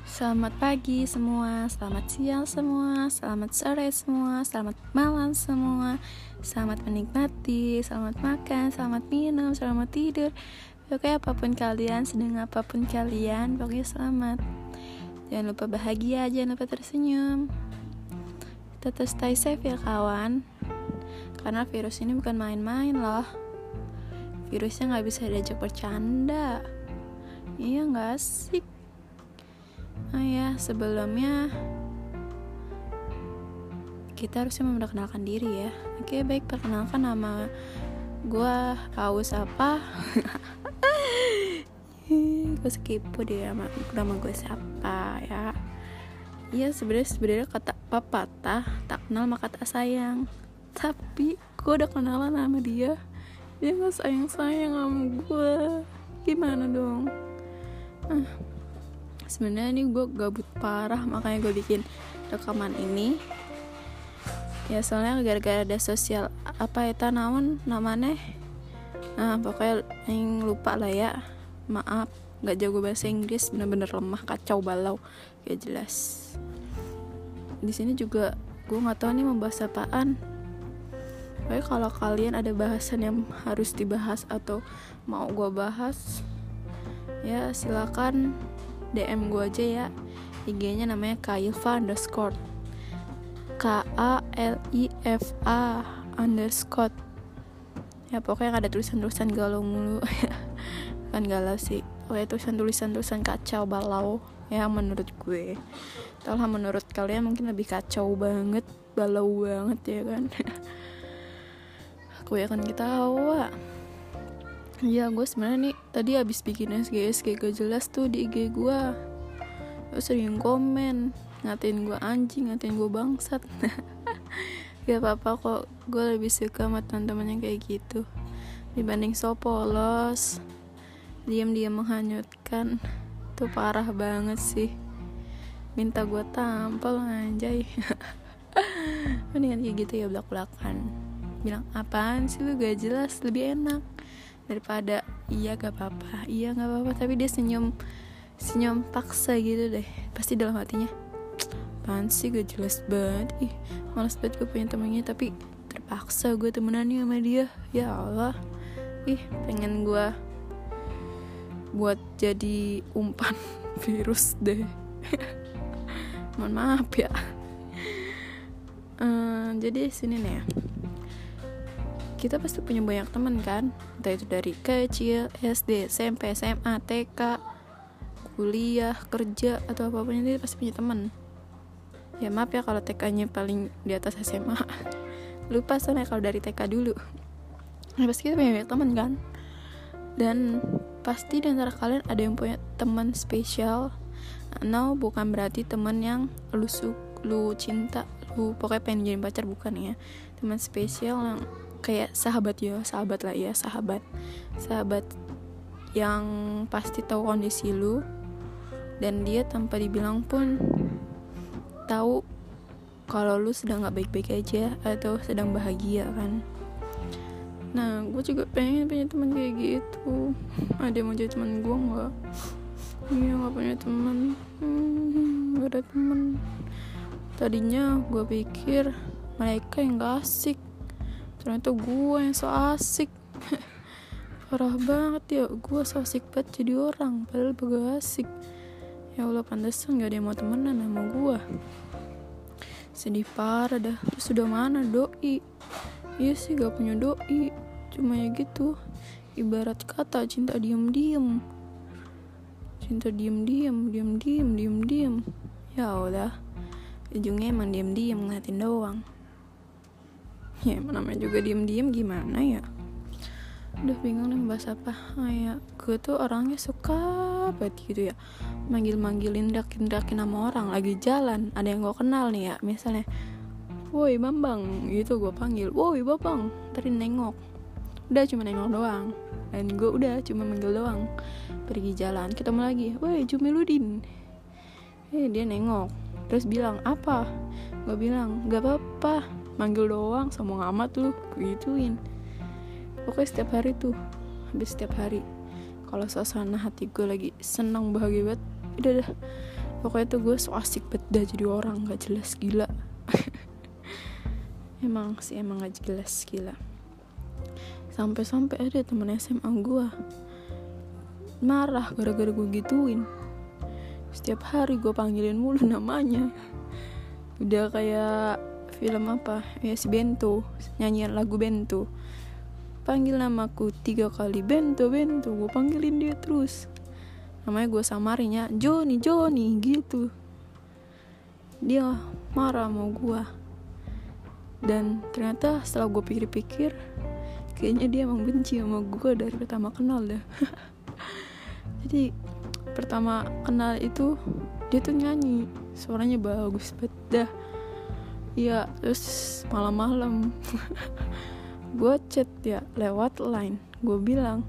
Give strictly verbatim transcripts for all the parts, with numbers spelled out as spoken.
Selamat pagi semua, selamat siang semua, selamat sore semua, selamat malam semua. Selamat menikmati, selamat makan, selamat minum, selamat tidur. Pokoknya apapun kalian, sedang apapun kalian, pokoknya selamat. Jangan lupa bahagia, jangan lupa tersenyum. Tetap stay safe ya kawan. Karena virus ini bukan main-main loh. Virusnya gak bisa diajak bercanda. Iya gak asik. Oh ya, sebelumnya kita harusnya memperkenalkan diri ya. Oke, baik, perkenalkan nama gue Paus apa? Gue sekipu deh nama, nama gue siapa ya. Iya, sebenarnya sebenarnya kata pepatah tak kenal maka tak sayang. Tapi gue udah kenalan sama dia, dia nggak sayang-sayang sama gue. Gimana dong? Ah. Sebenarnya ini gue gabut parah, makanya gue bikin rekaman ini. Ya soalnya gara-gara ada sosial apa itu naon namanya. Nah pokoknya yang lupa lah ya. Maaf, nggak jago bahasa Inggris, bener-bener lemah, kacau balau, gak jelas. Di sini juga gue nggak tahu nih membahas apaan. Pokoknya kalau kalian ada bahasan yang harus dibahas atau mau gue bahas, ya silakan D M gue aja ya. I G-nya namanya Kailfa underscore K A L I F A underscore. Ya pokoknya ada tulisan-tulisan galau mulu. Kan galau sih, pokoknya tulisan-tulisan-tulisan kacau balau ya menurut gue. Entahlah menurut kalian mungkin lebih kacau banget, balau banget ya kan. Aku ya kan ketawa. Ya gue sebenarnya nih tadi abis bikin S G S G gak jelas tuh di I G gue. Gue sering komen ngatain gue anjing, ngatain gue bangsat. Gak apa-apa kok, gue lebih suka sama teman-teman yang kayak gitu dibanding so polos, diam-diam menghanyutkan. Tuh parah banget sih, minta gue tampol anjay. Mendingan kayak gitu ya, belak-belakan bilang apaan sih lu gak jelas, lebih enak daripada iya gak apa-apa, iya gak apa-apa, tapi dia senyum senyum paksa gitu deh. Pasti dalam hatinya, apaan sih gak jelas banget, ih malas banget gue punya temennya, tapi terpaksa gue temenan nih sama dia. Ya Allah, ih pengen gue buat jadi umpan virus deh. Mohon maaf ya. uh, Jadi sini nih ya, kita pasti punya banyak teman kan, entah itu dari kecil, S D, S M P, S M A, T K, kuliah, kerja, atau apapun itu pasti punya teman. Ya maaf ya kalau T K-nya paling di atas S M A. Lupa soalnya kalau dari T K dulu. Nah, pasti kita punya banyak teman kan. Dan pasti di antara kalian ada yang punya teman spesial. Nah, bukan berarti teman yang lu suka, lu cinta, lu pokoknya pengen jadi pacar, bukan ya. Teman spesial yang kayak sahabat ya, sahabat lah ya, sahabat sahabat yang pasti tahu kondisi lu, dan dia tanpa dibilang pun tahu kalau lu sedang gak baik-baik aja atau sedang bahagia kan. Nah gue juga pengen punya teman kayak gitu. Ada yang mau jadi teman gue nggak? Iya, nggak punya teman, hmm, gak ada teman. Tadinya gue pikir mereka yang gak asik, ternyata gue yang so asik. Parah banget ya, gue so asik banget jadi orang, padahal gak asik. Ya Allah, pantesan gak ada yang mau temenan sama gue. Sedih parah dah. Terus udah mana doi? Iya sih gak punya doi, cuma ya gitu, ibarat kata cinta diem-diem. Cinta diem-diem, diem-diem, diem-diem. Ya Allah, ujungnya emang diem-diem ngeliatin doang. Ya namanya juga diem-diem, gimana ya. Udah bingung nih bahas apa. Ah, ya, gue tuh orangnya suka banget gitu ya, manggil-manggilin, drakin-drakin sama orang lagi jalan. Ada yang gue kenal nih ya, misalnya woi Bambang gitu, gue panggil woi Babang, tadi nengok. Udah cuma nengok doang, dan gue udah cuma manggil doang. Pergi jalan, ketemu lagi, woi Jumiludin. Eh dia nengok, terus bilang apa? Gue bilang gak apa-apa, manggil doang, sombong amat lu, gituin. Pokoknya setiap hari tuh, habis setiap hari. Kalau suasana hati gue lagi senang, bahagia banget, udah dah Pokoknya tuh gue so asik banget dah jadi orang gak jelas, gila. Emang sih emang gak jelas, gila. Sampai-sampai ada temen S M A gue marah gara-gara gue gituin. Setiap hari gue panggilin mulu namanya. Udah kayak film apa ya, si Bento, nyanyian lagu Bento. Panggil namaku tiga kali, Bento, Bento. Gue panggilin dia terus. Namanya gue samarinya Joni, Joni gitu. Dia marah sama gue. Dan ternyata setelah gue pikir-pikir, kayaknya dia emang benci sama gue dari pertama kenal dah. Jadi pertama kenal itu dia tuh nyanyi, suaranya bagus banget dah. Iya, terus malam-malam gue chat ya lewat line. Gue bilang,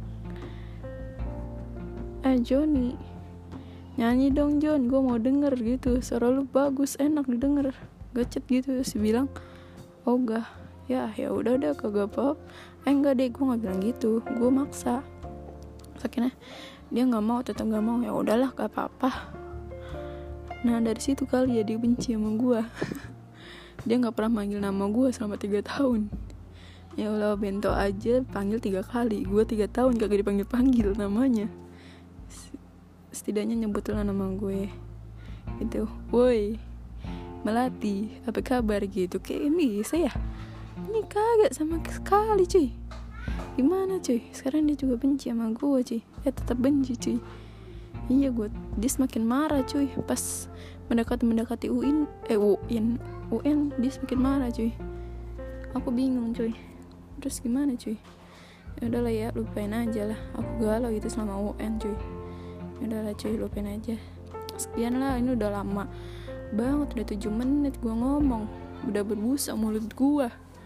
eh Joni, nyanyi dong Jon, gue mau denger gitu, suara lu bagus, enak didengar. Gue chat gitu, terus dia bilang, oh enggak, ya ya udah udah kagak apa. Eh enggak deh, gue nggak bilang gitu, gue maksa. Akhirnya dia nggak mau, tetap nggak mau. Ya udahlah, gak apa-apa. Nah dari situ kali ya dia benci sama gue. Dia nggak pernah manggil nama gue selama tiga tahun. Ya Allah, Bento aja panggil tiga kali, gue tiga tahun kagak dipanggil panggil namanya. Setidaknya nyebutlah nama gue itu, woi Melati, apa kabar gitu. Kayak ini bisa ya? Ini kagak sama sekali cuy. Gimana cuy? Sekarang dia juga benci sama gue cuy. Ya tetap benci cuy. Iya gue, dia semakin marah cuy. Pas mendekati mendekati U I N, eh U I N, U N dia semakin marah cuy. Aku bingung cuy. Terus gimana cuy? Ya udahlah ya, lupain aja lah. Aku galau gitu selama U N cuy. Ya udahlah cuy, lupain aja. Sekian lah, ini udah lama banget, udah tujuh menit gue ngomong. Udah berbusa mulut gue.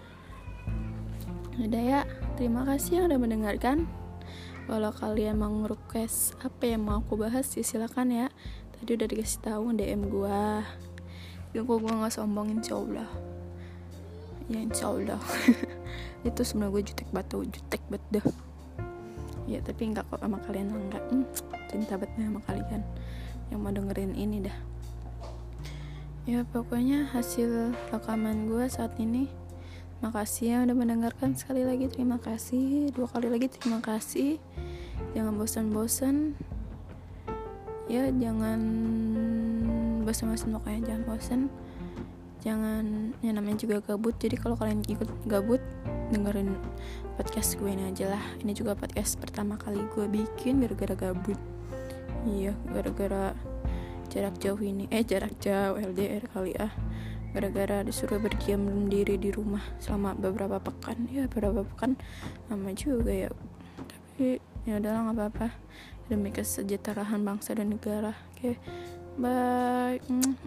Udah ya, terima kasih yang udah mendengarkan. Kalau kalian mau request apa yang mau aku bahas ya silakan ya. Tadi udah dikasih tahu D M gue. Ya kok gue nggak sombong, insyaallah. Ya insyaallah. Itu sebenarnya gue jutek batu, jutek bet dah. Ya tapi nggak kok sama kalian, enggak. Hmm, cinta banget sama kalian yang mau dengerin ini dah. Ya pokoknya hasil rekaman gue saat ini. Makasih ya udah mendengarkan. Sekali lagi terima kasih. Dua kali lagi terima kasih. Jangan bosan-bosan. Ya jangan bosan-bosan, pokoknya jangan bosan. Jangan, ya namanya juga gabut. Jadi kalau kalian ikut gabut, dengerin podcast gue ini aja lah. Ini juga podcast pertama kali gue bikin gara-gara gabut. Iya, gara-gara jarak jauh ini. Eh jarak jauh L D R kali ah. Gara-gara disuruh berdiam diri di rumah selama beberapa pekan. Ya beberapa pekan lama juga ya. Tapi ya udahlah, nggak apa-apa. Demi kesejahteraan bangsa dan negara. Oke, bye.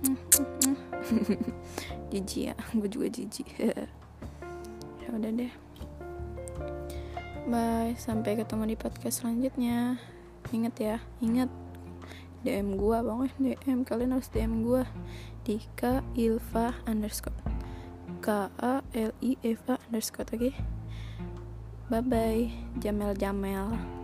Jijik ya, gue juga jijik. Ya udah deh. Bye, sampai ketemu di podcast selanjutnya. Ingat ya, ingat D M gue, pokoknya D M kalian harus D M gue di K Ilva underscore K A L I Eva underscore. Oke, okay? Bye bye, Jamel Jamel.